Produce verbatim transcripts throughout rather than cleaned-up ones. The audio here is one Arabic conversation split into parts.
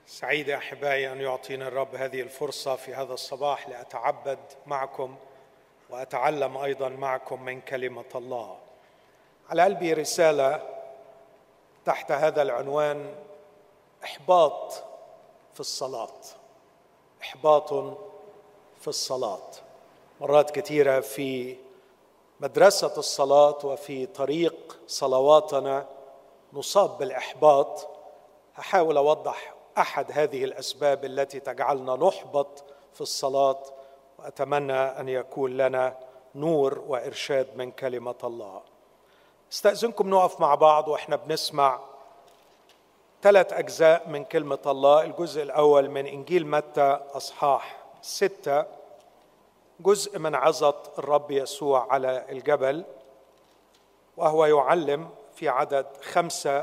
سعيد يا أحبائي أن يعطينا الرب هذه الفرصة في هذا الصباح لأتعبد معكم وأتعلم أيضا معكم من كلمة الله. على قلبي رسالة تحت هذا العنوان: إحباط في الصلاة. إحباط في الصلاة. مرات كثيرة في مدرسة الصلاة وفي طريق صلواتنا نصاب بالإحباط. أحاول أوضح أحد هذه الأسباب التي تجعلنا نحبط في الصلاة، وأتمنى أن يكون لنا نور وإرشاد من كلمة الله. استأذنكم نقف مع بعض وإحنا بنسمع ثلاث أجزاء من كلمة الله. الجزء الأول من إنجيل متى أصحاح ستة، جزء من عظة الرب يسوع على الجبل، وهو يعلم في عدد خمسة: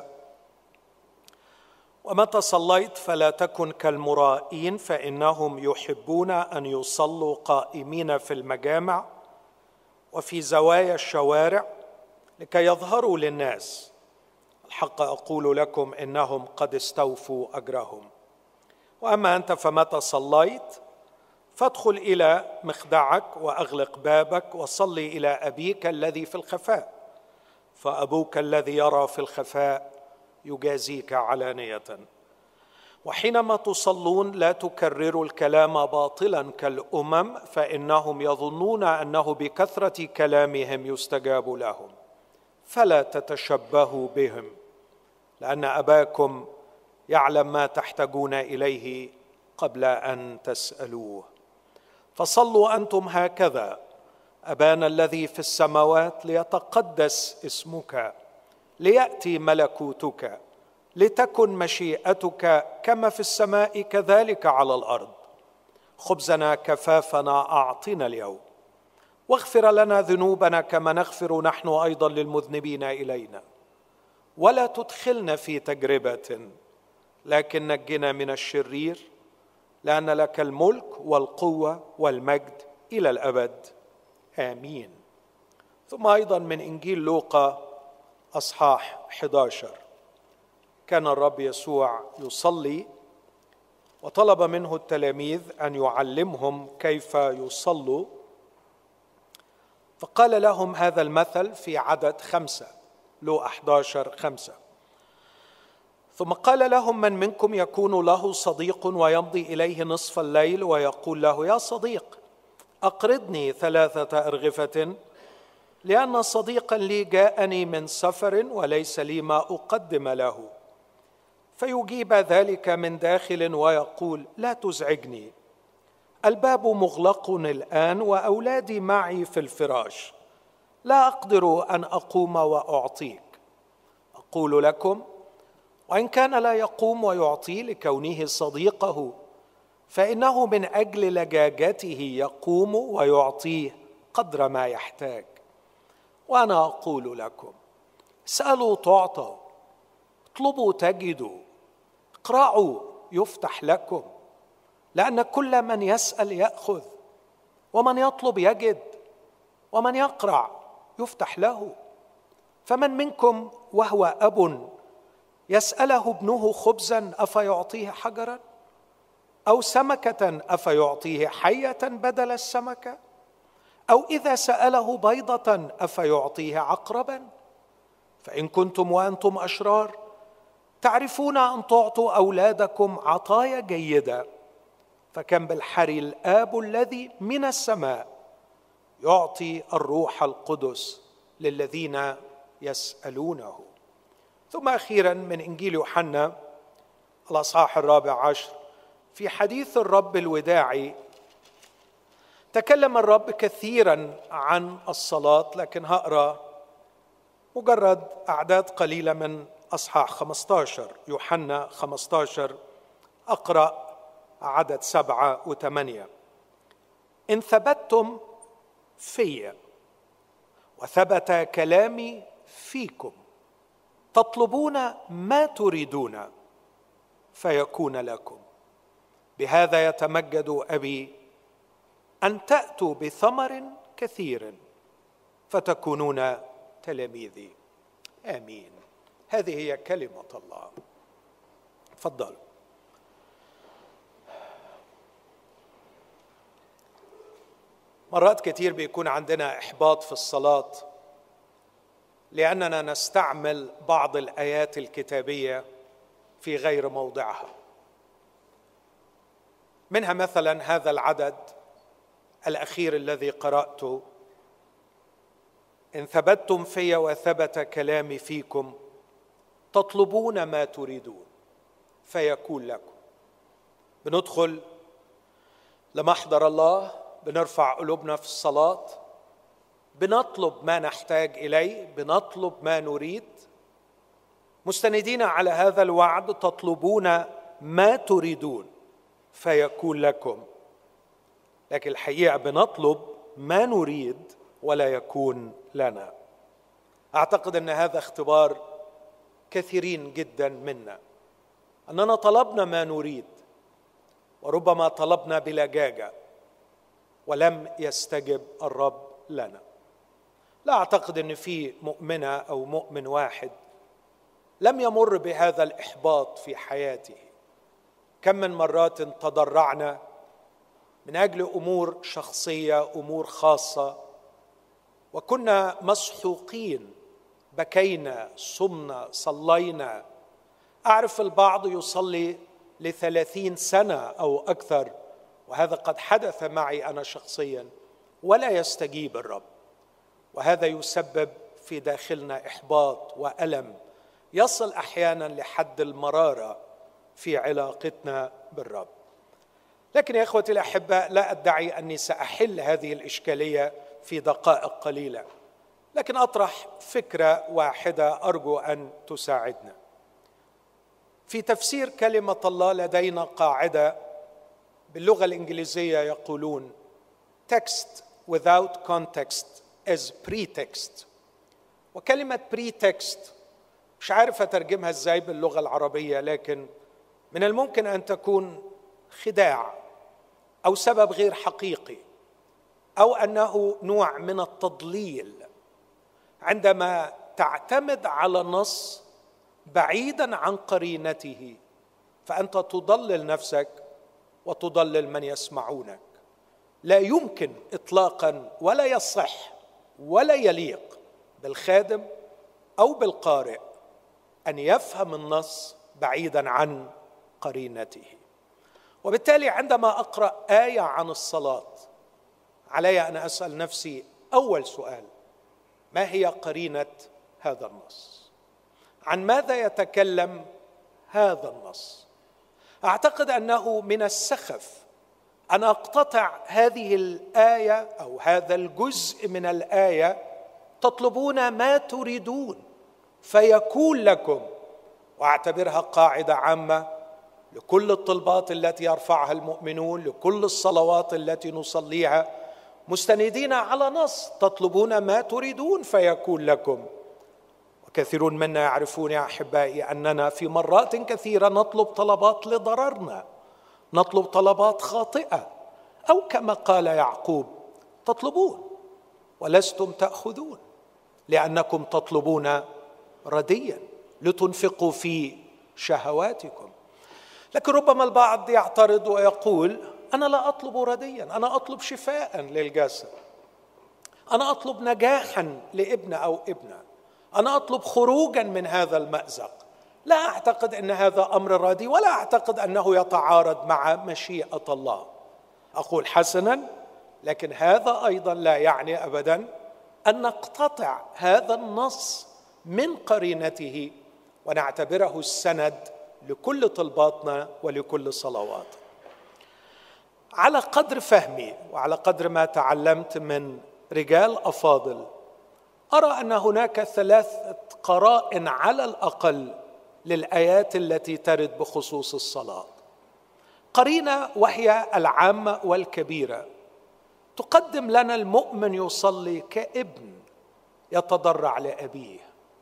ومتى صليت فلا تكن كالمرائين فإنهم يحبون أن يصلوا قائمين في المجامع وفي زوايا الشوارع لكي يظهروا للناس. الحق أقول لكم إنهم قد استوفوا أجرهم. وأما أنت فمتى صليت فادخل إلى مخدعك وأغلق بابك وصلي إلى أبيك الذي في الخفاء، فأبوك الذي يرى في الخفاء يجازيك علانية. وحينما تصلون لا تكرروا الكلام باطلا كالأمم، فإنهم يظنون أنه بكثرة كلامهم يستجاب لهم. فلا تتشبهوا بهم، لأن أباكم يعلم ما تحتاجون إليه قبل أن تسألوه. فصلوا أنتم هكذا: أبانا الذي في السماوات ليتقدس اسمك، ليأتي ملكوتك، لتكن مشيئتك كما في السماء كذلك على الأرض. خبزنا كفافنا أعطنا اليوم، واغفر لنا ذنوبنا كما نغفر نحن أيضا للمذنبين إلينا، ولا تدخلنا في تجربة لكن نجنا من الشرير، لأن لك الملك والقوة والمجد إلى الأبد، آمين. ثم أيضا من إنجيل لوقا أصحاح أحد عشر: كان الرب يسوع يصلي وطلب منه التلاميذ أن يعلمهم كيف يصلوا، فقال لهم هذا المثل في عدد خمسة، لو أحد عشر خمسة: ثم قال لهم: من منكم يكون له صديق ويمضي إليه نصف الليل ويقول له: يا صديق أقرضني ثلاثة أرغفة، لأن صديقا لي جاءني من سفر وليس لي ما أقدم له. فيجيب ذلك من داخل ويقول: لا تزعجني، الباب مغلق الآن وأولادي معي في الفراش، لا أقدر أن أقوم وأعطيك. أقول لكم وإن كان لا يقوم ويعطي لكونه صديقه، فإنه من أجل لجاجته يقوم ويعطيه قدر ما يحتاج. وأنا أقول لكم: اسألوا تعطوا، اطلبوا تجدوا، اقرعوا يفتح لكم، لأن كل من يسأل يأخذ، ومن يطلب يجد، ومن يقرع يفتح له. فمن منكم وهو أب يسأله ابنه خبزا أفيعطيه حجرا، أو سمكة أفيعطيه حية بدل السمكة، أو إذا سأله بيضة أفيعطيه عقربا؟ فإن كنتم وأنتم أشرار تعرفون أن تعطوا أولادكم عطايا جيدة، فكم بالحري الآب الذي من السماء يعطي الروح القدس للذين يسألونه. ثم أخيرا من إنجيل يوحنا الأصحاح الرابع عشر، في حديث الرب الوداعي تكلم الرب كثيرا عن الصلاة، لكن هقرأ مجرد أعداد قليلة من أصحاح خمسة عشر، يوحنا خمسة عشر، أقرأ عدد سبعة وثمانية: إن ثبتتم في وثبت كلامي فيكم تطلبون ما تريدون فيكون لكم. بهذا يتمجد أبي أن تأتوا بثمر كثير فتكونون تلاميذي، آمين. هذه هي كلمة الله. تفضل. مرات كتير بيكون عندنا إحباط في الصلاة لأننا نستعمل بعض الآيات الكتابية في غير موضعها. منها مثلا هذا العدد الأخير الذي قرأته: إن ثبتتم في وثبت كلامي فيكم تطلبون ما تريدون فيكون لكم. بندخل لمحضر الله، بنرفع قلوبنا في الصلاة، بنطلب ما نحتاج إليه، بنطلب ما نريد، مستندين على هذا الوعد: تطلبون ما تريدون فيكون لكم. لكن الحقيقة بنطلب ما نريد ولا يكون لنا. أعتقد أن هذا اختبار كثيرين جدا منا، أننا طلبنا ما نريد وربما طلبنا بلجاجة ولم يستجب الرب لنا. لا أعتقد أن في مؤمنة أو مؤمن واحد لم يمر بهذا الإحباط في حياته. كم من مرات تضرعنا من أجل أمور شخصية، أمور خاصة، وكنا مسحوقين، بكينا، صمنا، صلينا. أعرف البعض يصلي لثلاثين سنة أو أكثر، وهذا قد حدث معي أنا شخصيا، ولا يستجيب الرب، وهذا يسبب في داخلنا إحباط وألم يصل أحيانا لحد المرارة في علاقتنا بالرب. لكن يا إخوتي الأحباء، لا أدعي أني سأحل هذه الإشكالية في دقائق قليلة، لكن أطرح فكرة واحدة أرجو أن تساعدنا. في تفسير كلمة الله لدينا قاعدة باللغة الإنجليزية يقولون: text without context is pretext. وكلمة pretext مش عارف أترجمها إزاي باللغة العربية، لكن من الممكن أن تكون خداع أو سبب غير حقيقي، أو أنه نوع من التضليل عندما تعتمد على نص بعيداً عن قرينته، فأنت تضلل نفسك وتضلل من يسمعونك. لا يمكن إطلاقاً ولا يصح ولا يليق بالخادم أو بالقارئ أن يفهم النص بعيداً عن قرينته. وبالتالي عندما أقرأ آية عن الصلاة علي أن أسأل نفسي أول سؤال: ما هي قرينة هذا النص؟ عن ماذا يتكلم هذا النص؟ أعتقد أنه من السخف أن أقتطع هذه الآية أو هذا الجزء من الآية: تطلبون ما تريدون فيكون لكم، وأعتبرها قاعدة عامة لكل الطلبات التي يرفعها المؤمنون، لكل الصلوات التي نصليها، مستندين على نص: تطلبون ما تريدون فيكون لكم. وكثيرون منا يعرفون يا أحبائي أننا في مرات كثيرة نطلب طلبات لضررنا، نطلب طلبات خاطئة، أو كما قال يعقوب: تطلبون ولستم تأخذون لأنكم تطلبون رديا لتنفقوا في شهواتكم. لكن ربما البعض يعترض ويقول: أنا لا أطلب رديا، أنا أطلب شفاء للجسد، أنا أطلب نجاحا لابن أو ابنة، أنا أطلب خروجا من هذا المأزق. لا أعتقد أن هذا أمر ردي، ولا أعتقد أنه يتعارض مع مشيئة الله. أقول حسنا، لكن هذا أيضا لا يعني أبدا أن نقتطع هذا النص من قرينته ونعتبره السند لكل طلباتنا ولكل صلواتنا. على قدر فهمي وعلى قدر ما تعلمت من رجال أفاضل، أرى أن هناك ثلاثة قرائن على الأقل للآيات التي ترد بخصوص الصلاة. قرينة وهي العامة والكبيرة تقدم لنا المؤمن يصلي كابن يتضرع لأبيه،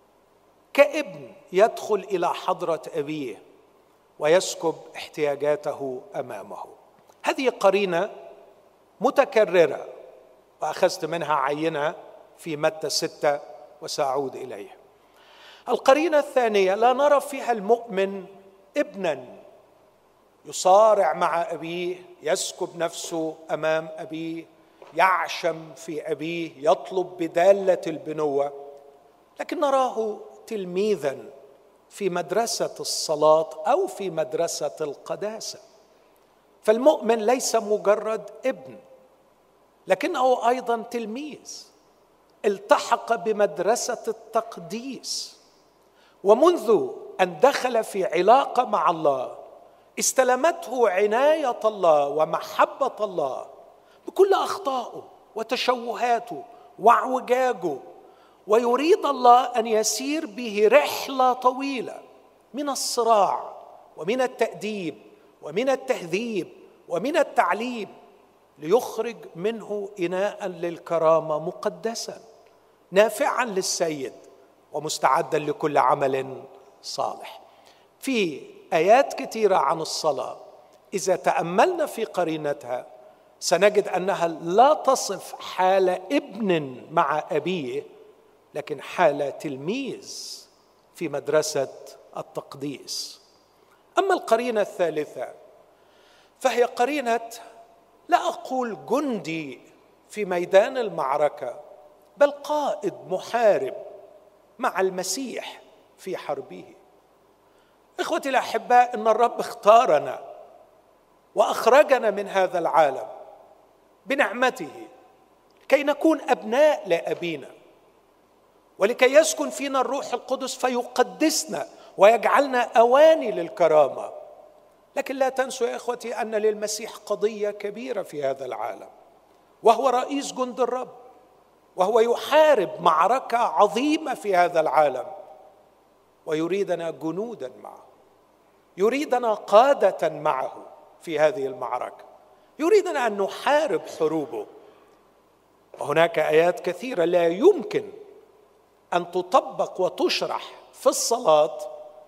كابن يدخل إلى حضرة أبيه ويسكب احتياجاته أمامه. هذه قرينة متكررة، وأخذت منها عينة في متى ستة وسأعود إليها. القرينة الثانية لا نرى فيها المؤمن ابنا يصارع مع أبيه، يسكب نفسه أمام أبيه، يعشم في أبيه، يطلب بدالة البنوة، لكن نراه تلميذا في مدرسة الصلاة أو في مدرسة القداسة. فالمؤمن ليس مجرد ابن، لكنه أيضا تلميذ التحق بمدرسة التقديس، ومنذ أن دخل في علاقة مع الله استلمته عناية الله ومحبة الله بكل أخطائه وتشوهاته واعوجاجه، ويريد الله أن يسير به رحلة طويلة من الصراع ومن التأديب ومن التهذيب ومن التعليم، ليخرج منه إناء للكرامة مقدسا نافعا للسيد ومستعدا لكل عمل صالح. في آيات كثيرة عن الصلاة إذا تأملنا في قرينتها سنجد أنها لا تصف حال ابن مع أبيه، لكن حال تلميذ في مدرسة التقديس. أما القرينة الثالثة فهي قرينة لا أقول جندي في ميدان المعركة، بل قائد محارب مع المسيح في حربه. إخوتي الأحباء، إن الرب اختارنا وأخرجنا من هذا العالم بنعمته كي نكون أبناء لأبينا، ولكي يسكن فينا الروح القدس فيقدسنا ويجعلنا أواني للكرامة. لكن لا تنسوا يا إخوتي أن للمسيح قضية كبيرة في هذا العالم، وهو رئيس جند الرب، وهو يحارب معركة عظيمة في هذا العالم، ويريدنا جنودا معه، يريدنا قادة معه في هذه المعركة، يريدنا أن نحارب حروبه. وهناك آيات كثيرة لا يمكن أن تطبق وتشرح في الصلاة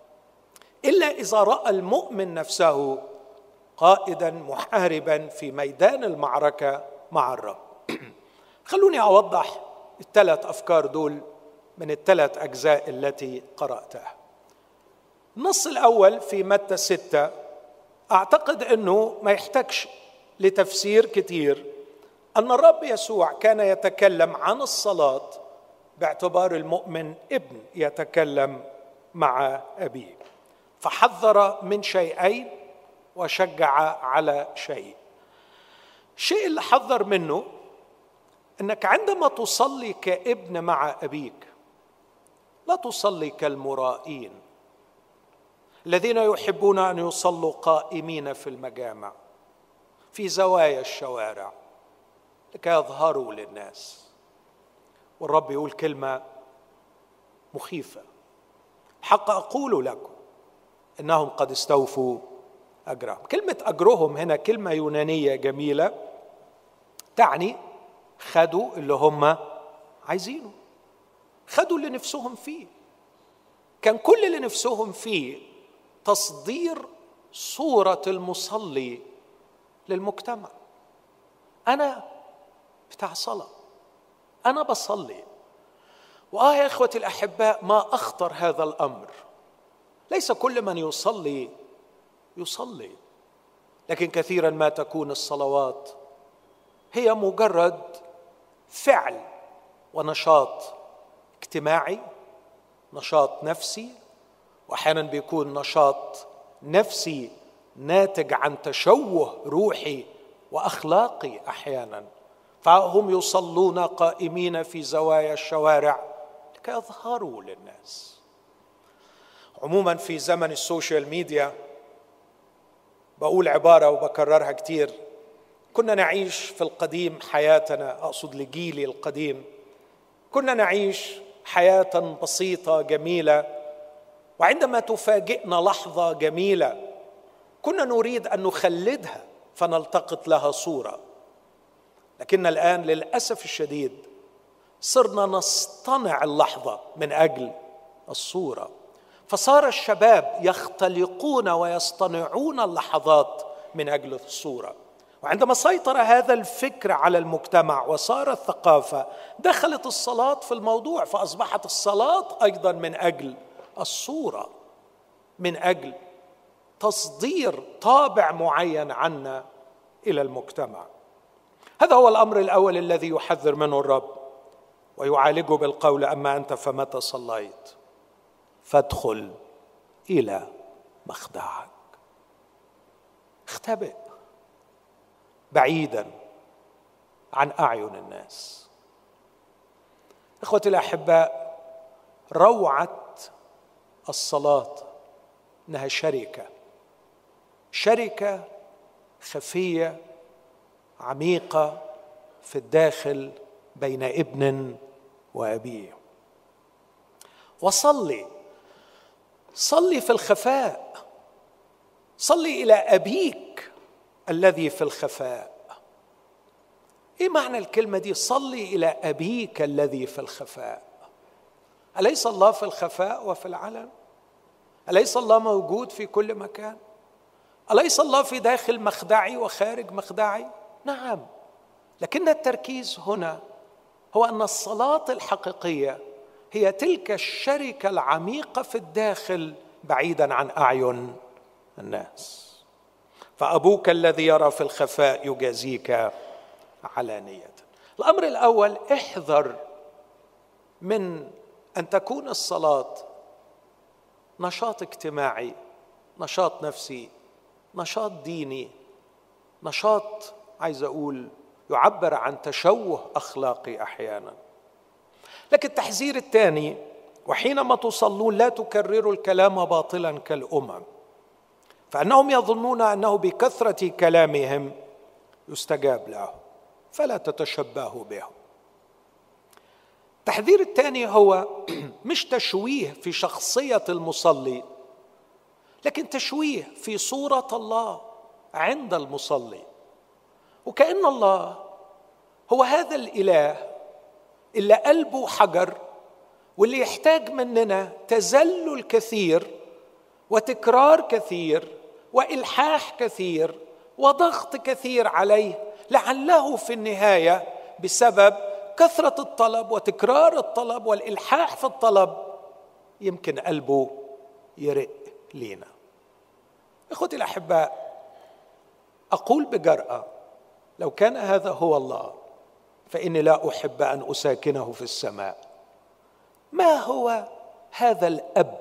إلا إذا رأى المؤمن نفسه قائدا محاربا في ميدان المعركة مع الرب. خلوني أوضح الثلاث أفكار دول من الثلاث أجزاء التي قرأتها. النص الأول في متى ستة أعتقد أنه ما يحتاجش لتفسير كتير، أن الرب يسوع كان يتكلم عن الصلاة باعتبار المؤمن ابن يتكلم مع أبيه، فحذر من شيئين وشجع على شيء. الشيء اللي حذر منه أنك عندما تصلي كابن مع أبيك لا تصلي كالمرائين الذين يحبون أن يصلوا قائمين في المجامع في زوايا الشوارع لكي يظهروا للناس. والرب يقول كلمة مخيفة: حق أقول لكم إنهم قد استوفوا أجرهم. كلمة أجرهم هنا كلمة يونانية جميلة تعني خدوا اللي هم عايزينه، خدوا اللي نفسهم فيه. كان كل اللي نفسهم فيه تصدير صورة المصلي للمجتمع. أنا بتاع صلاة، أنا بصلي. وآه يا إخوتي الأحباء، ما أخطر هذا الأمر. ليس كل من يصلي يصلي، لكن كثيرا ما تكون الصلوات هي مجرد فعل ونشاط اجتماعي، نشاط نفسي، وأحيانا بيكون نشاط نفسي ناتج عن تشوه روحي وأخلاقي أحيانا. فهم يصلون قائمين في زوايا الشوارع لكي يظهروا للناس. عموما في زمن السوشيال ميديا بقول عبارة وبكررها كتير: كنا نعيش في القديم حياتنا، أقصد لجيلي القديم، كنا نعيش حياة بسيطة جميلة، وعندما تفاجئنا لحظة جميلة كنا نريد أن نخلدها فنلتقط لها صورة. لكن الآن للأسف الشديد صرنا نصطنع اللحظة من أجل الصورة، فصار الشباب يختلقون ويصطنعون اللحظات من أجل الصورة. وعندما سيطر هذا الفكر على المجتمع وصار الثقافة، دخلت الصلاة في الموضوع، فأصبحت الصلاة أيضا من أجل الصورة، من أجل تصدير طابع معين عنا إلى المجتمع. هذا هو الأمر الأول الذي يحذر منه الرب ويعالجه بالقول: أما أنت فمتى صليت فادخل إلى مخدعك. اختبئ بعيدا عن أعين الناس. إخوتي الأحباء، روعة الصلاة إنها شركة، شركة خفية عميقة في الداخل بين ابن وأبيه. وصلي صلي في الخفاء، صلي إلى أبيك الذي في الخفاء. إيه معنى الكلمة دي؟ صلي إلى أبيك الذي في الخفاء. أليس الله في الخفاء وفي العلن؟ أليس الله موجود في كل مكان؟ أليس الله في داخل مخدعي وخارج مخدعي؟ نعم، لكن التركيز هنا هو أن الصلاة الحقيقية هي تلك الشركة العميقة في الداخل بعيدا عن أعين الناس. فأبوك الذي يرى في الخفاء يجازيك علانية. الأمر الأول: احذر من أن تكون الصلاة نشاط اجتماعي، نشاط نفسي، نشاط ديني، نشاط عايز أقول يعبر عن تشوه أخلاقي أحيانا. لكن التحذير الثاني: وحينما تصلون لا تكرروا الكلام باطلا كالأمم، فأنهم يظنون أنه بكثرة كلامهم يستجاب له، فلا تتشبهوا بهم. التحذير الثاني هو مش تشويه في شخصية المصلي، لكن تشويه في صورة الله عند المصلي. وكأن الله هو هذا الإله اللي قلبه حجر، واللي يحتاج مننا تذلل كثير وتكرار كثير وإلحاح كثير وضغط كثير عليه، لعله في النهاية بسبب كثرة الطلب وتكرار الطلب والإلحاح في الطلب يمكن قلبه يرق لينا. إخوتي الأحباء، أقول بجرأة: لو كان هذا هو الله فإني لا أحب أن أساكنه في السماء. ما هو هذا الأب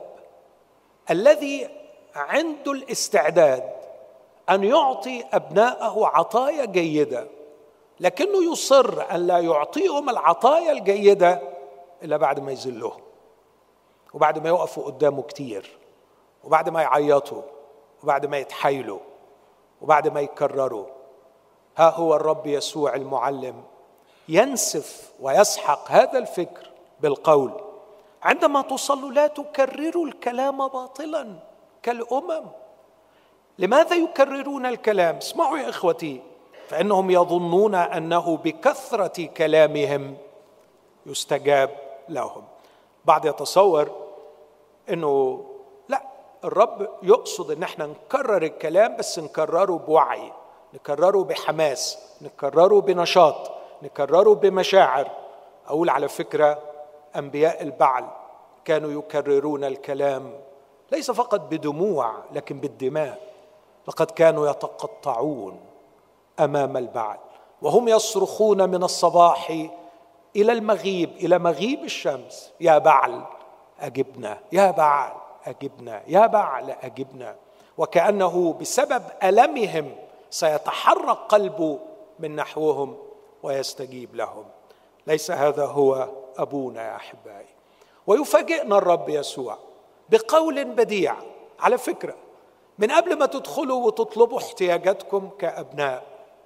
الذي عنده الاستعداد أن يعطي أبنائه عطايا جيدة، لكنه يصر أن لا يعطيهم العطايا الجيدة إلا بعد ما يذلهم، وبعد ما يقفوا قدامه كتير، وبعد ما يعيطوا، وبعد ما يتحايلوا، وبعد ما يكرروا؟ ها هو الرب يسوع المعلم ينسف ويسحق هذا الفكر بالقول: عندما تصلوا لا تكرروا الكلام باطلا كالأمم. لماذا يكررون الكلام؟ اسمعوا يا إخوتي: فإنهم يظنون أنه بكثرة كلامهم يستجاب لهم. بعض يتصور أنه لا، الرب يقصد أن احنا نكرر الكلام، بس نكرره بوعي، نكرره بحماس، نكرره بنشاط، نكرره بمشاعر. أقول على فكرة، أنبياء البعل كانوا يكررون الكلام ليس فقط بدموع لكن بالدماء. لقد كانوا يتقطعون أمام البعل وهم يصرخون من الصباح إلى المغيب، إلى مغيب الشمس: يا بعل أجبنا، يا بعل أجبنا، يا بعل أجبنا. وكأنه بسبب ألمهم سيتحرك قلبه من نحوهم ويستجيب لهم. ليس هذا هو أبونا يا أحبائي. ويفاجئنا الرب يسوع بقول بديع. على فكرة، من قبل ما تدخلوا وتطلبوا احتياجاتكم كأبناء،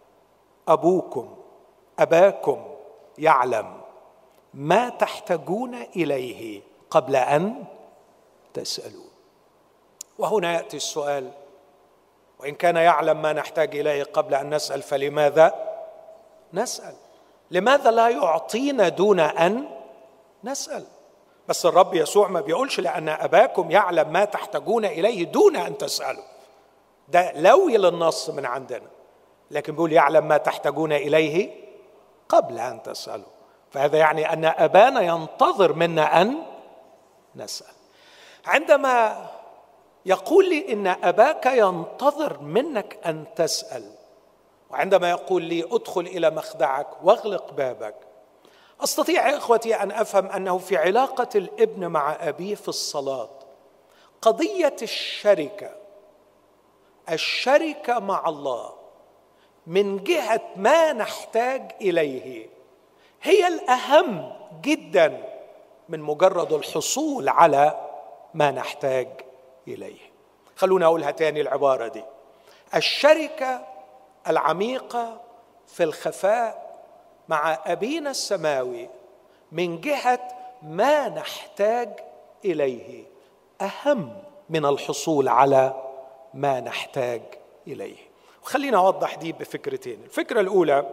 أبوكم أباكم يعلم ما تحتاجون إليه قبل أن تسألوا. وهنا يأتي السؤال: وإن كان يعلم ما نحتاج إليه قبل أن نسأل فلماذا نسأل؟ لماذا لا يعطينا دون أن نسأل؟ بس الرب يسوع ما بيقولش لأن أباكم يعلم ما تحتاجون إليه دون أن تسألوا، ده لوي للنص من عندنا، لكن بيقول يعلم ما تحتاجون إليه قبل أن تسألوا. فهذا يعني أن أبانا ينتظر منا أن نسأل. عندما يقول لي إن أباك ينتظر منك أن تسأل، وعندما يقول لي ادخل إلى مخدعك واغلق بابك، أستطيع يا إخوتي أن أفهم أنه في علاقة الابن مع أبيه في الصلاة قضية الشركة الشركة مع الله من جهة ما نحتاج إليه هي الأهم جدا من مجرد الحصول على ما نحتاج إليه. خلونا أقولها تاني العبارة دي: الشركة العميقة في الخفاء مع أبينا السماوي من جهة ما نحتاج إليه أهم من الحصول على ما نحتاج إليه. وخلينا أوضح دي بفكرتين. الفكرة الأولى: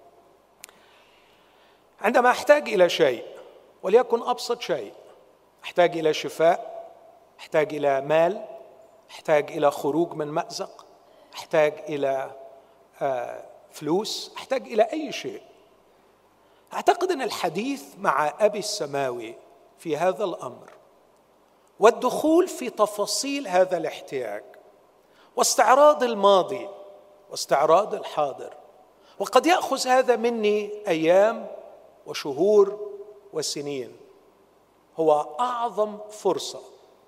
عندما أحتاج إلى شيء وليكن أبسط شيء، أحتاج إلى شفاء، أحتاج إلى مال، أحتاج إلى خروج من مأزق، أحتاج إلى آه فلوس، أحتاج إلى أي شيء، أعتقد أن الحديث مع أبي السماوي في هذا الأمر والدخول في تفاصيل هذا الاحتياج واستعراض الماضي واستعراض الحاضر، وقد يأخذ هذا مني أيام وشهور وسنين، هو أعظم فرصة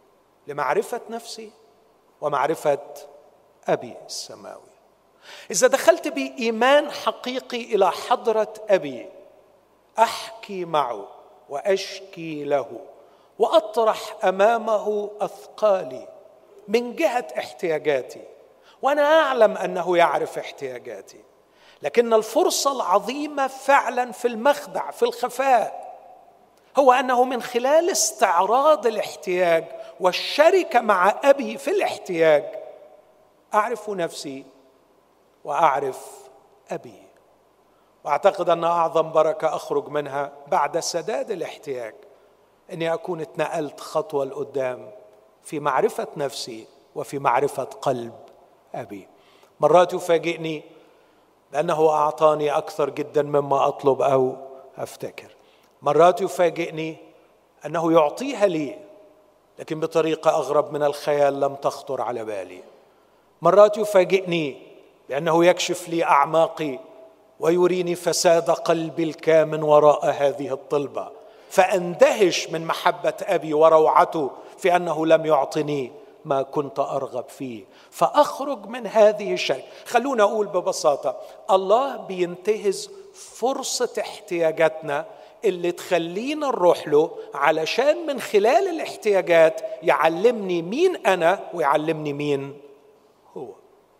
لمعرفة نفسي ومعرفة أبي السماوي. إذا دخلت بإيمان حقيقي إلى حضرة أبي أحكي معه وأشكي له وأطرح أمامه أثقالي من جهة احتياجاتي، وأنا أعلم أنه يعرف احتياجاتي، لكن الفرصة العظيمة فعلا في المخدع في الخفاء هو أنه من خلال استعراض الاحتياج والشركة مع أبي في الاحتياج أعرف نفسي وأعرف أبي. وأعتقد أن أعظم بركة أخرج منها بعد سداد الاحتياج أني أكون اتنقلت خطوة لقدام في معرفة نفسي وفي معرفة قلب أبي. مرات يفاجئني لأنه أعطاني أكثر جدا مما أطلب أو أفتكر، مرات يفاجئني أنه يعطيها لي لكن بطريقة أغرب من الخيال لم تخطر على بالي، مرات يفاجئني لأنه يكشف لي أعماقي ويريني فساد قلبي الكامن وراء هذه الطلبة، فأندهش من محبة أبي وروعته في أنه لم يعطني ما كنت أرغب فيه، فأخرج من هذه الشركة. خلونا أقول ببساطة: الله بينتهز فرصة احتياجاتنا اللي تخلينا نروح له علشان من خلال الاحتياجات يعلمني مين أنا ويعلمني مين هو،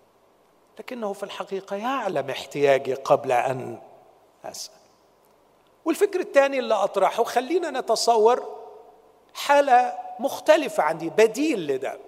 لكنه في الحقيقة يعلم احتياجي قبل أن أسأل. والفكر الثاني اللي أطرحه: خلينا نتصور حالة مختلفة عندي، بديل لده.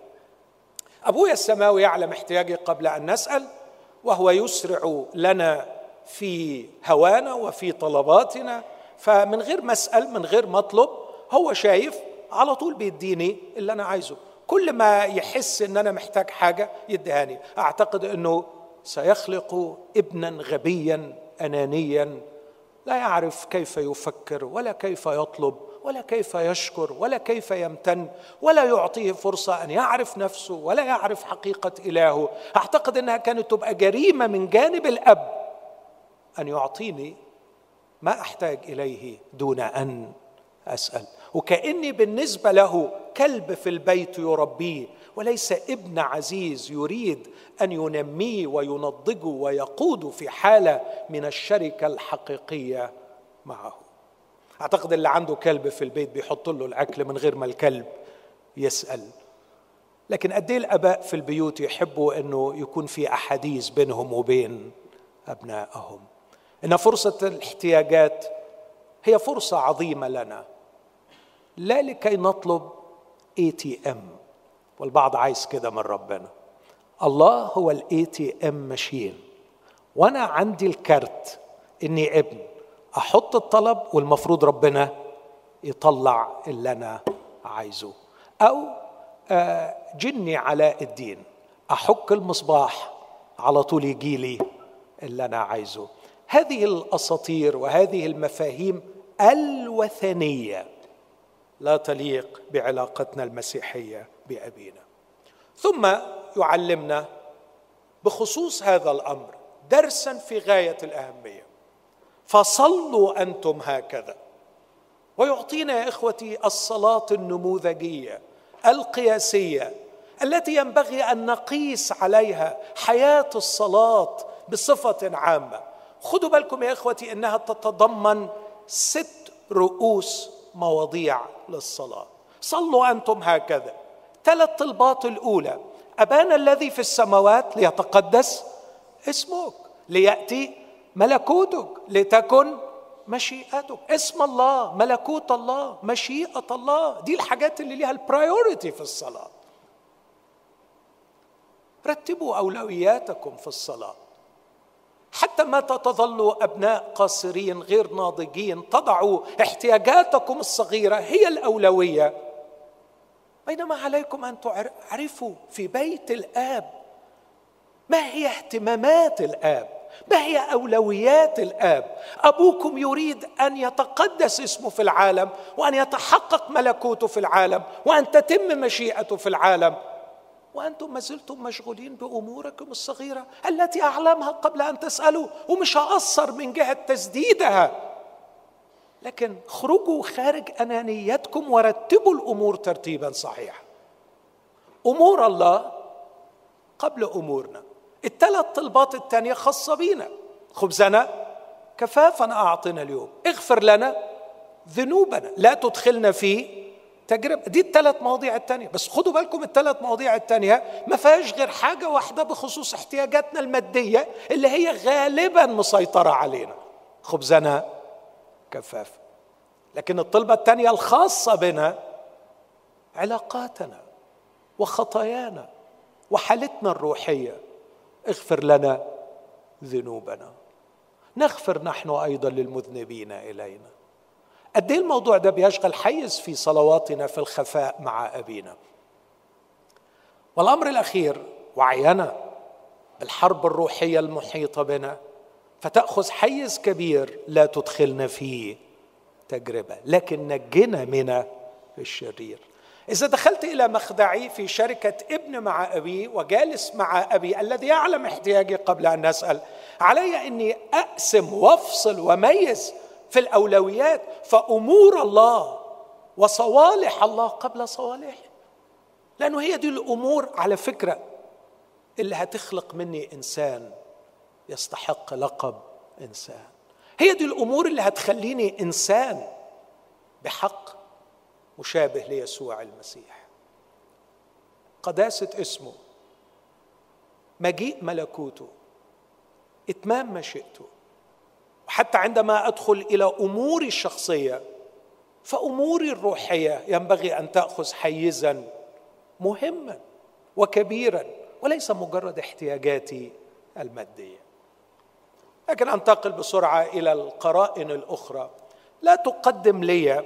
أبويا السماوي يعلم احتياجي قبل أن نسأل، وهو يسرع لنا في هوانا وفي طلباتنا، فمن غير ما أسأل من غير ما أطلب هو شايف على طول بيديني اللي أنا عايزه. كل ما يحس أن أنا محتاج حاجة يدهاني. أعتقد أنه سيخلق ابنا غبيا أنانيا لا يعرف كيف يفكر ولا كيف يطلب ولا كيف يشكر ولا كيف يمتن، ولا يعطيه فرصة أن يعرف نفسه ولا يعرف حقيقة إلهه. أعتقد أنها كانت تبقى جريمة من جانب الأب أن يعطيني ما أحتاج إليه دون أن أسأل، وكأني بالنسبة له كلب في البيت يربيه وليس ابن عزيز يريد أن ينميه وينضجه ويقوده في حالة من الشركة الحقيقية معه. أعتقد اللي عنده كلب في البيت بيحط له الأكل من غير ما الكلب يسأل. لكن قد ايه الآباء في البيوت يحبوا أنه يكون في أحاديث بينهم وبين أبنائهم. إن فرصة الاحتياجات هي فرصة عظيمة لنا، لا لكي نطلب إيه تي إم، والبعض عايز كده من ربنا. الله هو ال إيه تي إم ماشين، وأنا عندي الكارت إني ابن أحط الطلب والمفروض ربنا يطلع اللي أنا عايزه. أو جني علاء الدين أحك المصباح على طول يجيلي اللي أنا عايزه. هذه الأساطير وهذه المفاهيم الوثنية لا تليق بعلاقتنا المسيحية بأبينا. ثم يعلمنا بخصوص هذا الأمر درسا في غاية الأهمية. فصلوا أنتم هكذا. ويعطينا يا إخوتي الصلاة النموذجية القياسية التي ينبغي أن نقيس عليها حياة الصلاة بصفة عامة. خدوا بالكم يا إخوتي إنها تتضمن ست رؤوس مواضيع للصلاة. صلوا أنتم هكذا. ثلاث طلبات الأولى: أبانا الذي في السماوات ليتقدس اسمك، ليأتي ملكوتك، لتكن مشيئتك. اسم الله، ملكوت الله، مشيئة الله، دي الحاجات اللي ليها البرايوريتي في الصلاة. رتبوا أولوياتكم في الصلاة حتى ما تظلوا أبناء قاصرين غير ناضجين، تضعوا احتياجاتكم الصغيرة هي الأولوية، بينما عليكم أن تعرفوا في بيت الآب ما هي اهتمامات الآب، ما هي أولويات الآب. أبوكم يريد أن يتقدس اسمه في العالم، وأن يتحقق ملكوته في العالم، وأن تتم مشيئته في العالم، وأنتم ما زلتم مشغولين بأموركم الصغيرة التي أعلمها قبل أن تسألوا، ومش هأقصر من جهة تسديدها، لكن خرجوا خارج أنانيتكم ورتبوا الأمور ترتيبا صحيحا. أمور الله قبل أمورنا. الثلاث طلبات الثانية خاصة بينا: خبزنا كفافنا أعطنا اليوم، اغفر لنا ذنوبنا، لا تدخلنا في تجربة. دي الثلاث مواضيع الثانية. بس خدوا بالكم الثلاث مواضيع الثانية ما فيهاش غير حاجة واحدة بخصوص احتياجاتنا المادية اللي هي غالبا مسيطرة علينا: خبزنا كفاف. لكن الطلبة الثانية الخاصة بنا علاقاتنا وخطايانا وحالتنا الروحية: اغفر لنا ذنوبنا نغفر نحن أيضا للمذنبين إلينا. قد ايه الموضوع ده بيشغل حيز في صلواتنا في الخفاء مع أبينا. والأمر الأخير: وعينا بالحرب الروحية المحيطة بنا، فتأخذ حيز كبير: لا تدخلنا في تجربة لكن نجنا من الشرير. إذا دخلت إلى مخدعي في شركة ابن مع أبي وجالس مع أبي الذي يعلم احتياجي قبل أن أسأل، علي أني أقسم وأفصل وميز في الأولويات، فأمور الله وصوالح الله قبل صوالحي، لأنه هي دي الأمور على فكرة اللي هتخلق مني إنسان يستحق لقب إنسان. هي دي الأمور اللي هتخليني إنسان بحق مشابه ليسوع المسيح. قداسة اسمه، مجيء ملكوته، إتمام مشيئته. وحتى عندما أدخل إلى أموري الشخصية، فأموري الروحية ينبغي أن تأخذ حيزاً مهماً وكبيراً، وليس مجرد احتياجاتي المادية. لكن أنتقل بسرعة إلى القرائن الأخرى. لا تقدم لي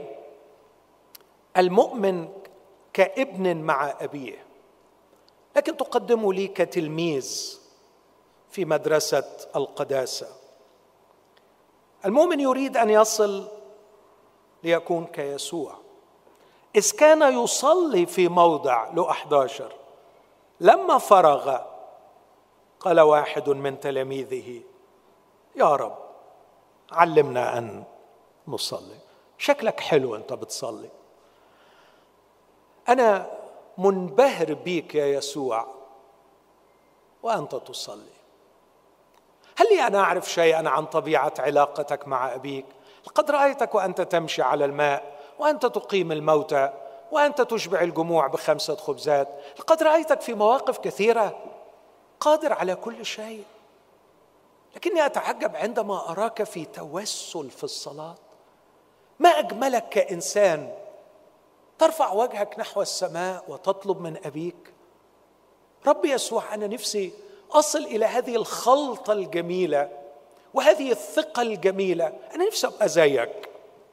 المؤمن كابن مع أبيه، لكن تقدمه لي كتلميذ في مدرسة القداسة. المؤمن يريد أن يصل ليكون كيسوع. إذ كان يصلي في موضع لو أحد عشر، لما فرغ قال واحد من تلاميذه: يا رب علمنا أن نصلي. شكلك حلو أنت بتصلي، أنا منبهر بيك يا يسوع وأنت تصلي. هل لي أنا أعرف شيئا عن طبيعة علاقتك مع أبيك؟ لقد رأيتك وأنت تمشي على الماء، وأنت تقيم الموتى، وأنت تشبع الجموع بخمسة خبزات. لقد رأيتك في مواقف كثيرة قادر على كل شيء، لكني أتعجب عندما أراك في توسل في الصلاة. ما أجملك كإنسان ترفع وجهك نحو السماء وتطلب من أبيك. رب يسوع، أنا نفسي أصل إلى هذه الخلطة الجميلة وهذه الثقة الجميلة، أنا نفسي أبقى زيك.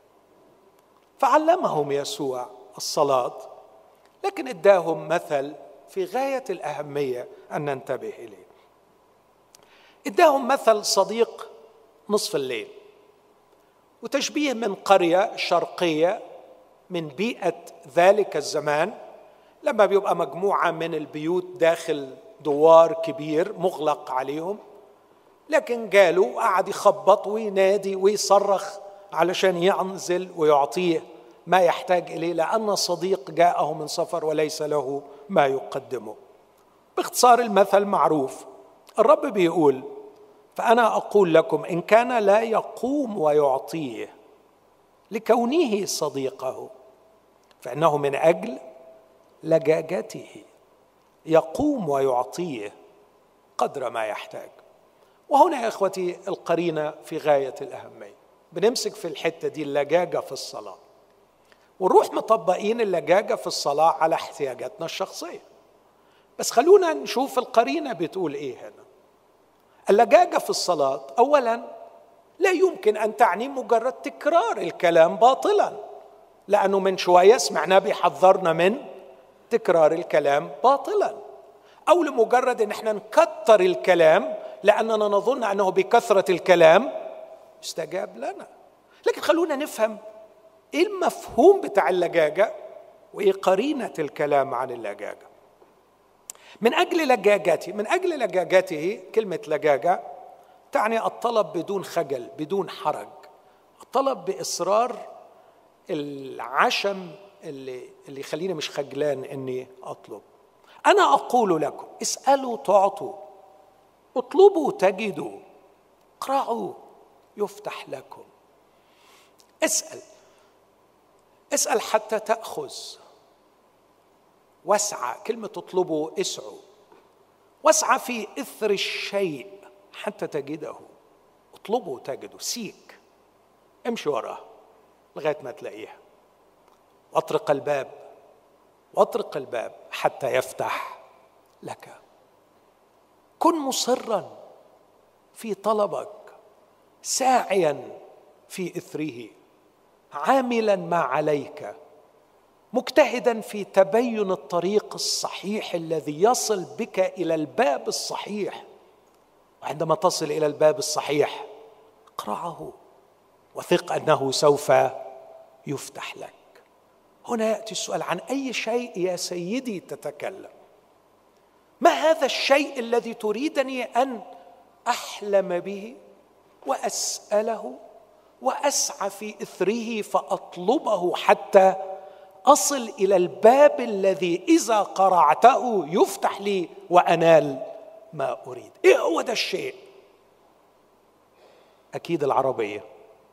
فعلمهم يسوع الصلاة، لكن اداهم مثل في غاية الأهمية أن ننتبه إليه. اداهم مثل صديق نصف الليل، وتشبيه من قرية شرقية من بيئة ذلك الزمان، لما بيبقى مجموعة من البيوت داخل دوار كبير مغلق عليهم، لكن جاله وقعد يخبط وينادي ويصرخ علشان ينزل ويعطيه ما يحتاج إليه، لأن صديق جاءه من سفر وليس له ما يقدمه. باختصار المثل معروف، الرب بيقول: فأنا أقول لكم إن كان لا يقوم ويعطيه لكونه صديقه، فإنه من أجل لجاجته يقوم ويعطيه قدر ما يحتاج. وهنا يا إخوتي القرينة في غاية الأهمية. بنمسك في الحتة دي اللجاجة في الصلاة، ونروح مطبقين اللجاجة في الصلاة على احتياجاتنا الشخصية. بس خلونا نشوف القرينة بتقول إيه هنا. اللجاجة في الصلاة أولا لا يمكن أن تعني مجرد تكرار الكلام باطلا، لأنه من شوية سمعناه بيحذرنا من تكرار الكلام باطلا، أو لمجرد أن احنا نكتر الكلام لأننا نظن أنه بكثرة الكلام استجاب لنا. لكن خلونا نفهم إيه المفهوم بتاع اللجاجة وإيه قرينة الكلام عن اللجاجة. من أجل لجاجته، من أجل لجاجته، كلمة لجاجة تعني الطلب بدون خجل، بدون حرج، الطلب بإصرار، العشم اللي اللي يخليني مش خجلان إني أطلب. أنا أقول لكم: اسألوا تعطوا، اطلبوا تجدوا، اقرعوا يفتح لكم. اسأل، اسأل حتى تأخذ، واسعى، كلمة تطلبوا اسعوا، واسعى في إثر الشيء حتى تجده. اطلبوا تجدوا، سيك، امشي وراه لغاية ما تلاقيها. واطرق الباب، واطرق الباب حتى يفتح لك. كن مصرا في طلبك، ساعيا في إثره، عاملا ما عليك، مجتهدا في تبين الطريق الصحيح الذي يصل بك إلى الباب الصحيح. وعندما تصل إلى الباب الصحيح اقرعه وثق أنه سوف يفتح لك. هنا يأتي السؤال: عن أي شيء يا سيدي تتكلم؟ ما هذا الشيء الذي تريدني أن أحلم به وأسأله وأسعى في إثره فأطلبه حتى أصل إلى الباب الذي إذا قرعته يفتح لي وأنال ما أريد؟ إيه هو ده الشيء؟ أكيد العربية،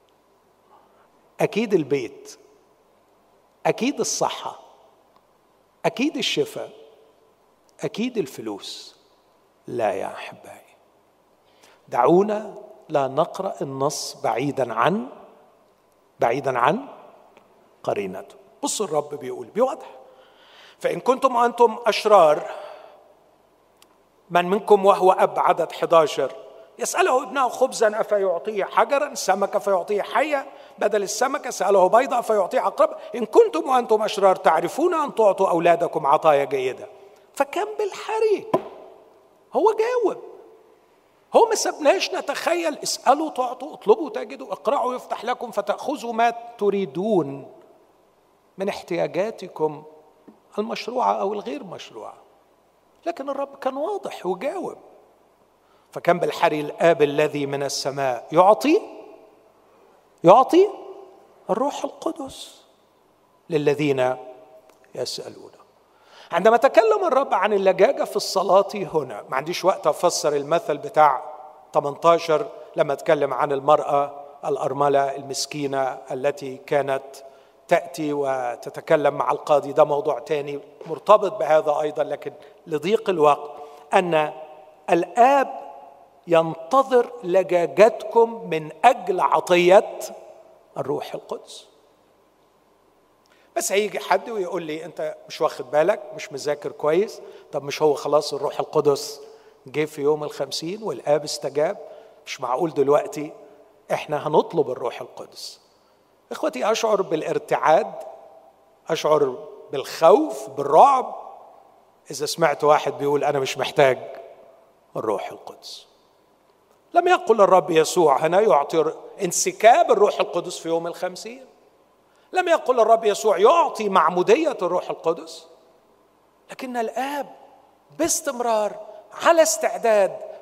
أكيد البيت، أكيد الصحة، أكيد الشفاء، أكيد الفلوس. لا يا أحبائي، دعونا لا نقرأ النص بعيدا عن بعيدا عن قرينته. بصوا الرب بيقول بيوضح: فإن كنتم أنتم أشرار، من منكم وهو أب، عدد أحد عشر، يسأله ابنه خبزا أفيعطيه حجرا، سمكة فيعطيه حية، بدل السمكة سأله بيضة فيعطيه عقرب. إن كنتم وأنتم أشرار تعرفون أن تعطوا أولادكم عطايا جيدة، فكم بالحري. هو جاوب، هو ما سبناش نتخيل. اسألوا تعطوا، اطلبوا تجدوا، اقرعوا يفتح لكم، فتأخذوا ما تريدون من احتياجاتكم المشروعة أو الغير مشروعة. لكن الرب كان واضح وجاوب: فكم بالحري الآب الذي من السماء يعطي يعطي الروح القدس للذين يسألون. عندما تكلم الرب عن اللجاجة في الصلاة هنا، ما عنديش وقت أفسر المثل بتاع ثمانية عشر لما أتكلم عن المرأة الأرملة المسكينة التي كانت تأتي وتتكلم مع القاضي، ده موضوع تاني مرتبط بهذا أيضا. لكن لضيق الوقت، أن الآب ينتظر لجاجتكم من أجل عطية الروح القدس. بس هيجي حد ويقول لي: أنت مش واخد بالك، مش مذاكر كويس. طب مش هو خلاص الروح القدس جه في يوم الخمسين والآب استجاب؟ مش معقول دلوقتي إحنا هنطلب الروح القدس. إخوتي، أشعر بالارتعاد، أشعر بالخوف، بالرعب إذا سمعت واحد بيقول أنا مش محتاج الروح القدس. لم يقل الرب يسوع هنا يعطي انسكاب الروح القدس في يوم الخمسين. لم يقل الرب يسوع يعطي معمودية الروح القدس. لكن الآب باستمرار على استعداد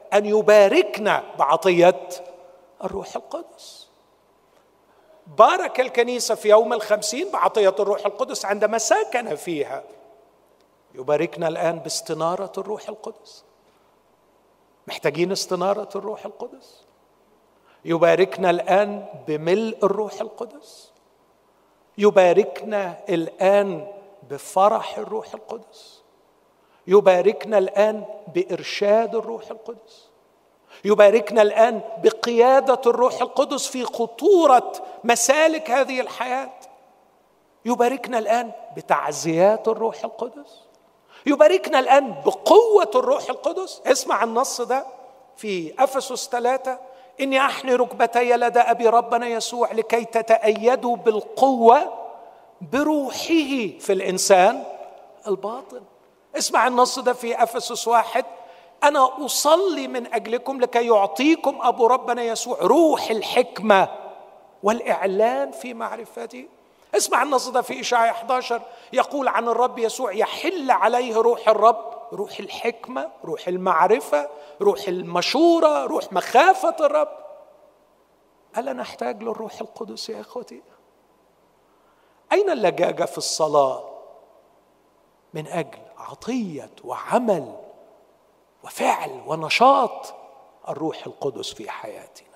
أن يباركنا بعطية الروح القدس. بارك الكنيسة في يوم الخمسين بعطية الروح القدس عندما سكن فيها. يباركنا الآن باستنارة الروح القدس. محتاجين استنارة الروح القدس. يباركنا الآن بملء الروح القدس. يباركنا الآن بفرح الروح القدس. يباركنا الآن بإرشاد الروح القدس. يباركنا الآن بقيادة الروح القدس في خطورة مسالك هذه الحياة. يباركنا الآن بتعزيات الروح القدس. يباركنا الآن بقوة الروح القدس. اسمع النص ده في أفسس ثلاثة: إني أحني ركبتي لدى أبي ربنا يسوع لكي تتأيدوا بالقوة بروحه في الإنسان الباطن. اسمع النص ده في أفسس واحد: أنا أصلي من أجلكم لكي يعطيكم أبو ربنا يسوع روح الحكمة والإعلان في معرفته. اسمع النص ده في إشعياء إحدى عشر، يقول عن الرب يسوع: يحل عليه روح الرب، روح الحكمة، روح المعرفة، روح المشورة، روح مخافة الرب. ألا نحتاج للروح القدس يا أخوتي؟ أين اللجاجة في الصلاة من أجل عطية وعمل وفعل ونشاط الروح القدس في حياتنا؟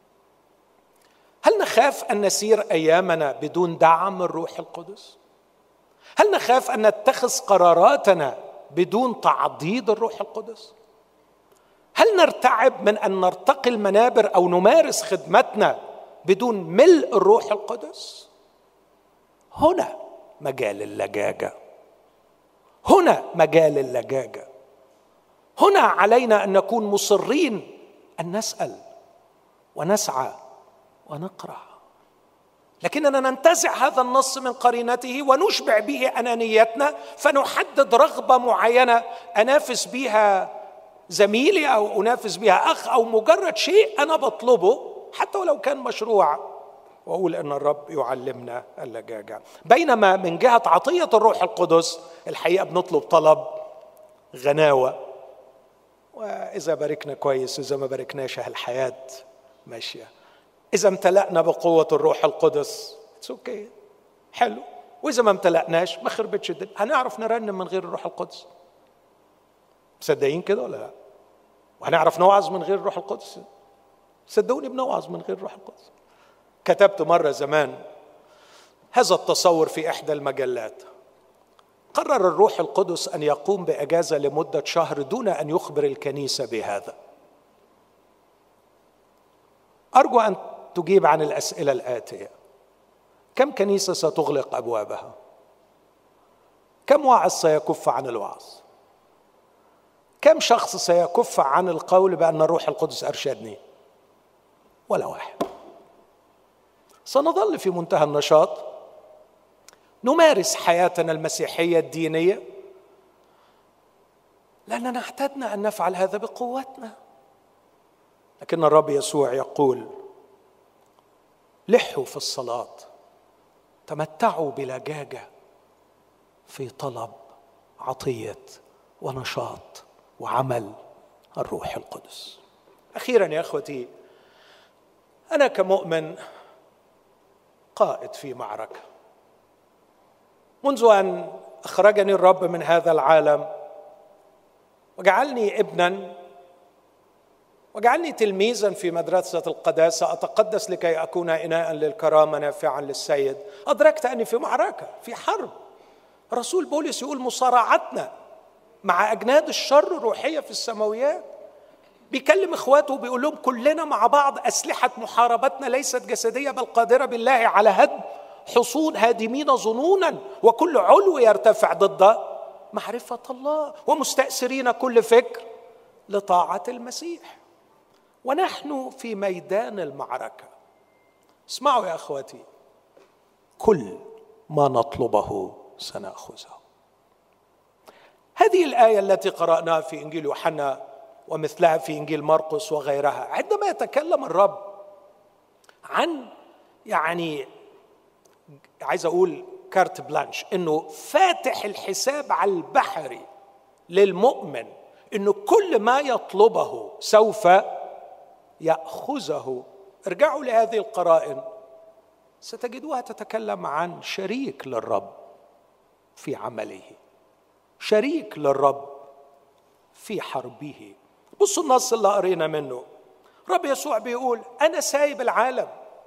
هل نخاف أن نسير أيامنا بدون دعم الروح القدس؟ هل نخاف أن نتخذ قراراتنا بدون تعضيد الروح القدس؟ هل نرتعب من أن نرتقي المنابر أو نمارس خدمتنا بدون ملء الروح القدس؟ هنا مجال اللجاجة. هنا مجال اللجاجة. هنا علينا أن نكون مصرين أن نسأل ونسعى ونقرأ، لكننا ننتزع هذا النص من قرينته ونشبع به أنانيتنا، فنحدد رغبة معينة أنافس بها زميلي أو أنافس بها أخ أو مجرد شيء أنا بطلبه حتى ولو كان مشروع، وأقول أن الرب يعلمنا اللجاجة. بينما من جهة عطية الروح القدس الحقيقة بنطلب طلب غناوة، وإذا باركنا كويس، إذا ما باركناش الحياة ماشية. إذا امتلأنا بقوة الروح القدس اوكي حلو، وإذا ما امتلأناش ما خربتش الدنيا. هنعرف نرنم من غير الروح القدس؟ مصدقين كده ولا لا؟ وهنعرف نوعظ من غير الروح القدس؟ صدقوني بنوعظ من غير الروح القدس. كتبت مرة زمان هذا التصور في إحدى المجلات: قرر الروح القدس أن يقوم بإجازة لمدة شهر دون أن يخبر الكنيسة بهذا. أرجو أن تجيب عن الأسئلة الآتية: كم كنيسة ستغلق أبوابها؟ كم واعظ سيكف عن الوعظ؟ كم شخص سيكف عن القول بأن الروح القدس أرشدني؟ ولا واحد. سنظل في منتهى النشاط نمارس حياتنا المسيحية الدينية لأننا اعتدنا أن نفعل هذا بقوتنا. لكن الرب يسوع يقول: لحوا في الصلاة، تمتعوا بلجاجة في طلب عطية ونشاط وعمل الروح القدس. أخيرا يا أخوتي، أنا كمؤمن قائد في معركة. منذ أن أخرجني الرب من هذا العالم وجعلني ابنا وجعلني تلميذا في مدرسة القداسة أتقدس لكي أكون إناء للكرامة نافعا للسيد، أدركت أني في معركة، في حرب. رسول بولس يقول: مصارعتنا مع أجناد الشر الروحية في السماويات. بيكلم إخواته وبيقول لهم: كلنا مع بعض أسلحة محاربتنا ليست جسدية بل قادرة بالله على هدم حصون هادمين ظنونا وكل علو يرتفع ضد معرفة الله، ومستأثرين كل فكر لطاعة المسيح. ونحن في ميدان المعركة. اسمعوا يا أخواتي، كل ما نطلبه سنأخذه. هذه الآية التي قرأناها في إنجيل يوحنا ومثلها في إنجيل مرقس وغيرها، عندما يتكلم الرب عن يعني عايز أقول كارت بلانش، إنه فاتح الحساب على البحري للمؤمن إنه كل ما يطلبه سوف يأخذه. ارجعوا لهذه القرائن ستجدوها تتكلم عن شريك للرب في عمله، شريك للرب في حربه. بصوا النص اللي قرينا منه، رب يسوع بيقول أنا سايب العالم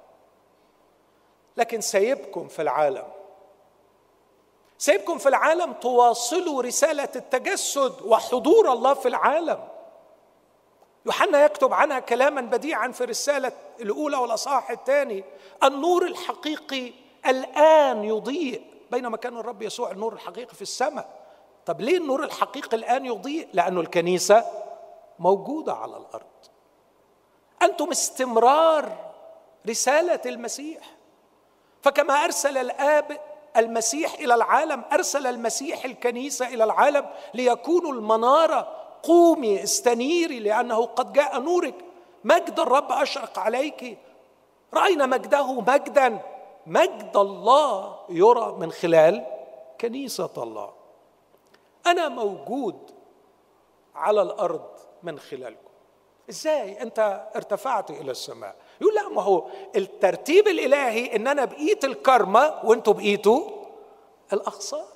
لكن سايبكم في العالم، سايبكم في العالم تواصلوا رسالة التجسد وحضور الله في العالم. يوحنا يكتب عنها كلاما بديعا في الرسالة الأولى والأصحاح الثاني، النور الحقيقي الآن يضيء، بينما كان الرب يسوع النور الحقيقي في السماء. طب ليه النور الحقيقي الآن يضيء؟ لأنه الكنيسة موجودة على الأرض. أنتم استمرار رسالة المسيح، فكما أرسل الآب المسيح إلى العالم أرسل المسيح الكنيسة إلى العالم ليكونوا المنارة. قومي استنيري لأنه قد جاء نورك، مجد الرب أشرق عليك، رأينا مجده مجدا، مجد الله يرى من خلال كنيسة الله. أنا موجود على الأرض من خلالكم. إزاي أنت ارتفعت إلى السماء؟ يقول لا، ما هو الترتيب الإلهي إن أنا بقيت الكرمة وأنتوا بقيتوا الأغصان،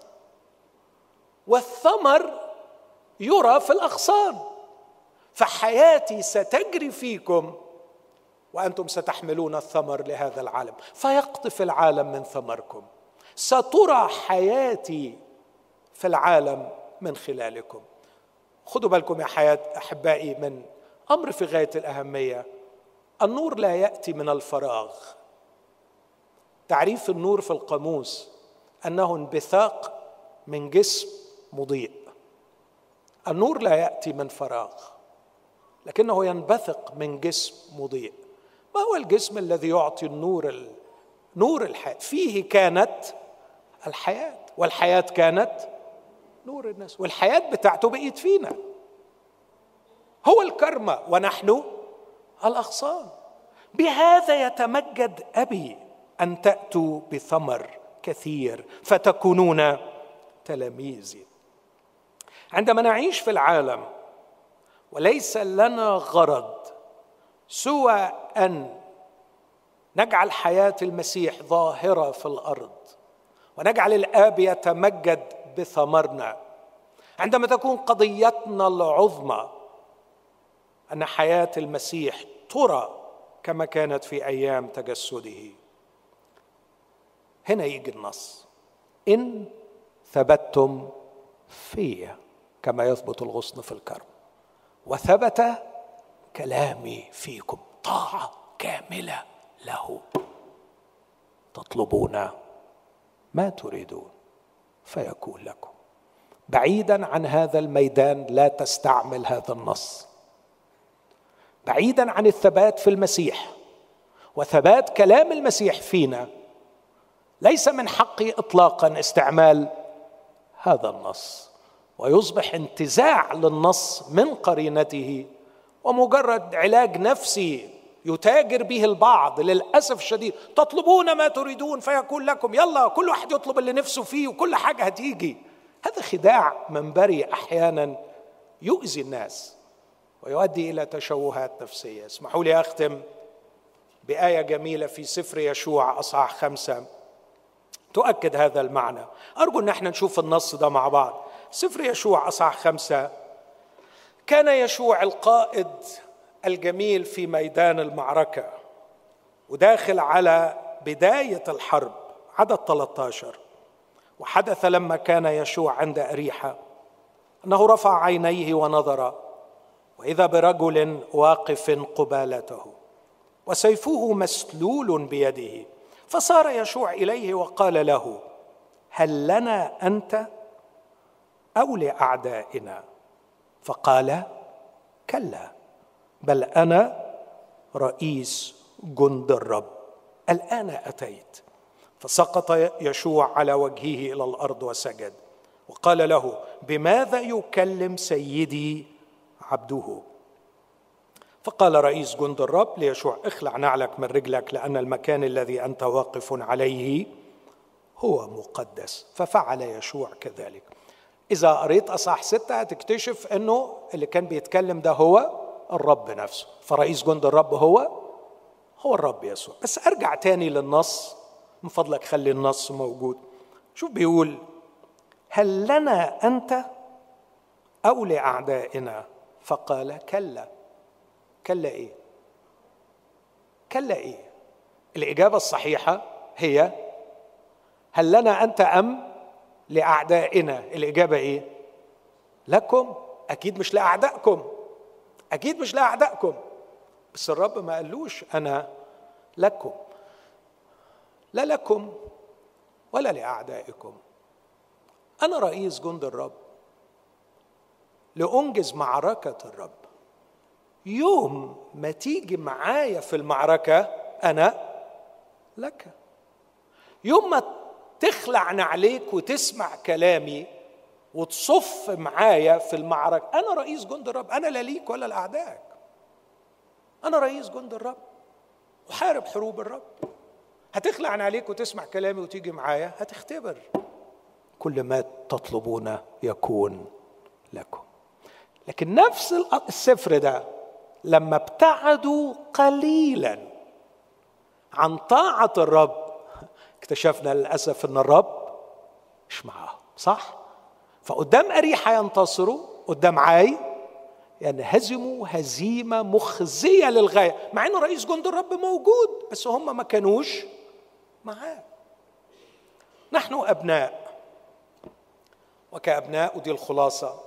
والثمر يرى في الأغصان، فحياتي ستجري فيكم وأنتم ستحملون الثمر لهذا العالم، فيقطف العالم من ثمركم. سترى حياتي في العالم من خلالكم. خدوا بالكم يا حياة أحبائي من أمر في غاية الأهمية، النور لا يأتي من الفراغ. تعريف النور في القاموس أنه انبثاق من جسم مضيء. النور لا يأتي من فراغ، لكنه ينبثق من جسم مضيء. ما هو الجسم الذي يعطي النور؟ نور الحياة، فيه كانت الحياة، والحياة كانت نور الناس، والحياة بتاعته بقيت فينا. هو الكرمة ونحن الأغصان. بهذا يتمجد أبي أن تأتوا بثمر كثير فتكونون تلاميذي. عندما نعيش في العالم وليس لنا غرض سوى أن نجعل حياة المسيح ظاهرة في الأرض ونجعل الآب يتمجد بثمرنا، عندما تكون قضيتنا العظمى أن حياة المسيح ترى كما كانت في أيام تجسده، هنا يجي النص: إن ثبتتم في كما يثبت الغصن في الكرم وثبت كلامي فيكم، طاعة كاملة له، تطلبون ما تريدون فيكون لكم. بعيدا عن هذا الميدان لا تستعمل هذا النص. بعيدا عن الثبات في المسيح وثبات كلام المسيح فينا، ليس من حقي إطلاقا استعمال هذا النص، ويصبح انتزاع للنص من قرينته ومجرد علاج نفسي يتاجر به البعض للأسف الشديد. تطلبون ما تريدون فيكون لكم، يلا كل واحد يطلب اللي نفسه فيه وكل حاجة هتيجي. هذا خداع منبري أحيانا يؤذي الناس ويؤدي إلى تشوهات نفسية. اسمحوا لي أختم بآية جميلة في سفر يشوع أصحاح خمسة تؤكد هذا المعنى. أرجو أن احنا نشوف النص ده مع بعض. سفر يشوع أصحاح خمسة، كان يشوع القائد الجميل في ميدان المعركة وداخل على بداية الحرب. عدد ثلاثة عشر: وحدث لما كان يشوع عند أريحة أنه رفع عينيه ونظر، وإذا برجل واقف قبالته وسيفه مسلول بيده، فصار يشوع إليه وقال له: هل لنا أنت أو لأعدائنا؟ فقال: كلا، بل أنا رئيس جند الرب، الآن أتيت. فسقط يشوع على وجهه إلى الأرض وسجد وقال له: بماذا يكلم سيدي عبده؟ فقال رئيس جند الرب ليشوع: اخلع نعلك من رجلك، لأن المكان الذي أنت واقف عليه هو مقدس. ففعل يشوع كذلك. إذا قريت أصحاح ستة هتكتشف أنه اللي كان بيتكلم ده هو الرب نفسه، فرئيس جند الرب هو هو الرب يسوع. بس أرجع تاني للنص من فضلك، خلي النص موجود. شوف بيقول: هل لنا أنت أو لأعدائنا؟ فقال: كلا. كلا إيه؟ كلا إيه؟ الإجابة الصحيحة هي: هل لنا أنت أم لأعدائنا؟ الإجابة إيه؟ لكم. أكيد مش لأعدائكم، أكيد مش لأعدائكم. بس الرب ما قالوش أنا لكم، لا لكم ولا لأعدائكم. أنا رئيس جند الرب لأنجز معركة الرب. يوم ما تيجي معايا في المعركة أنا لك. يوم ما تخلع عليك وتسمع كلامي وتصف معايا في المعركة، أنا رئيس جند الرب. أنا لا ليك ولا لأعدائك، أنا رئيس جند الرب وحارب حروب الرب. هتخلع عليك وتسمع كلامي وتيجي معايا، هتختبر كل ما تطلبون يكون لكم. لكن نفس السفر ده لما ابتعدوا قليلا عن طاعة الرب، اكتشفنا للأسف أن الرب مش معاهم، صح؟ فقدام أريحة ينتصروا، قدام عاي ينهزموا هزيمة مخزية للغاية، مع أن رئيس جند الرب موجود بس هم ما كانوش معاه. نحن أبناء، وكأبناء، ودي الخلاصة،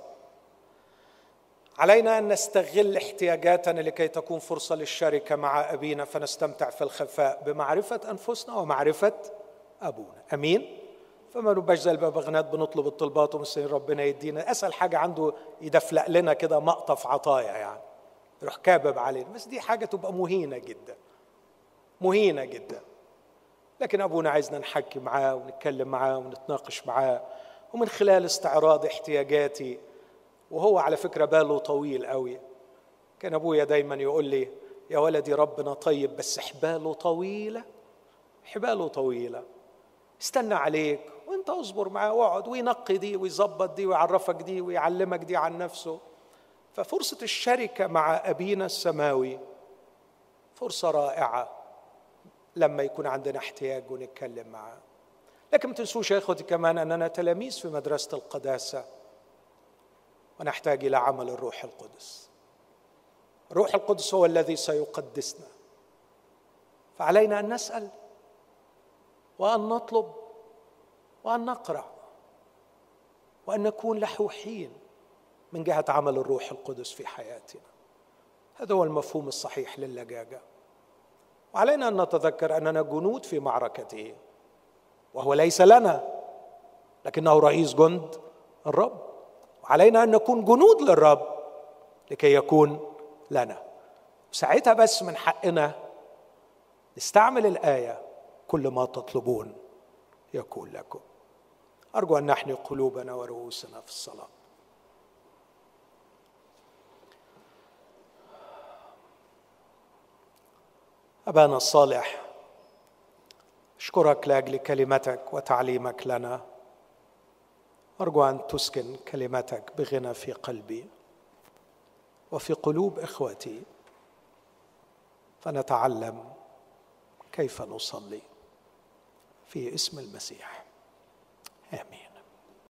علينا أن نستغل احتياجاتنا لكي تكون فرصة للشركة مع أبينا، فنستمتع في الخفاء بمعرفة أنفسنا ومعرفة أبونا. أمين؟ فما نبقاش زي الببغانات بنطلب الطلبات ومستنيين ربنا يدينا. أسهل حاجة عنده يدفلق لنا كده مقطف عطايا، يعني يروح كابب علينا، بس دي حاجة تبقى مهينة جدا، مهينة جدا. لكن أبونا عايزنا نحكي معاه ونتكلم معاه ونتناقش معاه، ومن خلال استعراض احتياجاتي. وهو على فكرة باله طويل قوي. كان أبويا دايما يقول لي: يا ولدي ربنا طيب بس حباله طويلة، حباله طويلة، استنى عليك وانت اصبر معاه واقعد، وينقي دي ويظبط دي ويعرفك دي ويعلمك دي عن نفسه. ففرصة الشركة مع أبينا السماوي فرصة رائعة لما يكون عندنا احتياج ونتكلم معاه. لكن ما تنسوش يا إخوتي كمان أننا تلاميذ في مدرسة القداسة، ونحتاج إلى عمل الروح القدس. الروح القدس هو الذي سيقدسنا، فعلينا أن نسأل وأن نطلب وأن نقرأ وأن نكون لحوحين من جهة عمل الروح القدس في حياتنا. هذا هو المفهوم الصحيح للجاجة. وعلينا أن نتذكر أننا جنود في معركته، وهو ليس لنا لكنه رئيس جند الرب، وعلينا أن نكون جنود للرب لكي يكون لنا. وساعتها بس من حقنا نستعمل الآية: كل ما تطلبون يكون لكم. أرجو أن نحني قلوبنا ورؤوسنا في الصلاة. أبانا الصالح، أشكرك لأجل كلمتك وتعليمك لنا. أرجو أن تسكن كلمتك بغنى في قلبي وفي قلوب إخوتي، فنتعلم كيف نصلي في اسم المسيح. آمين.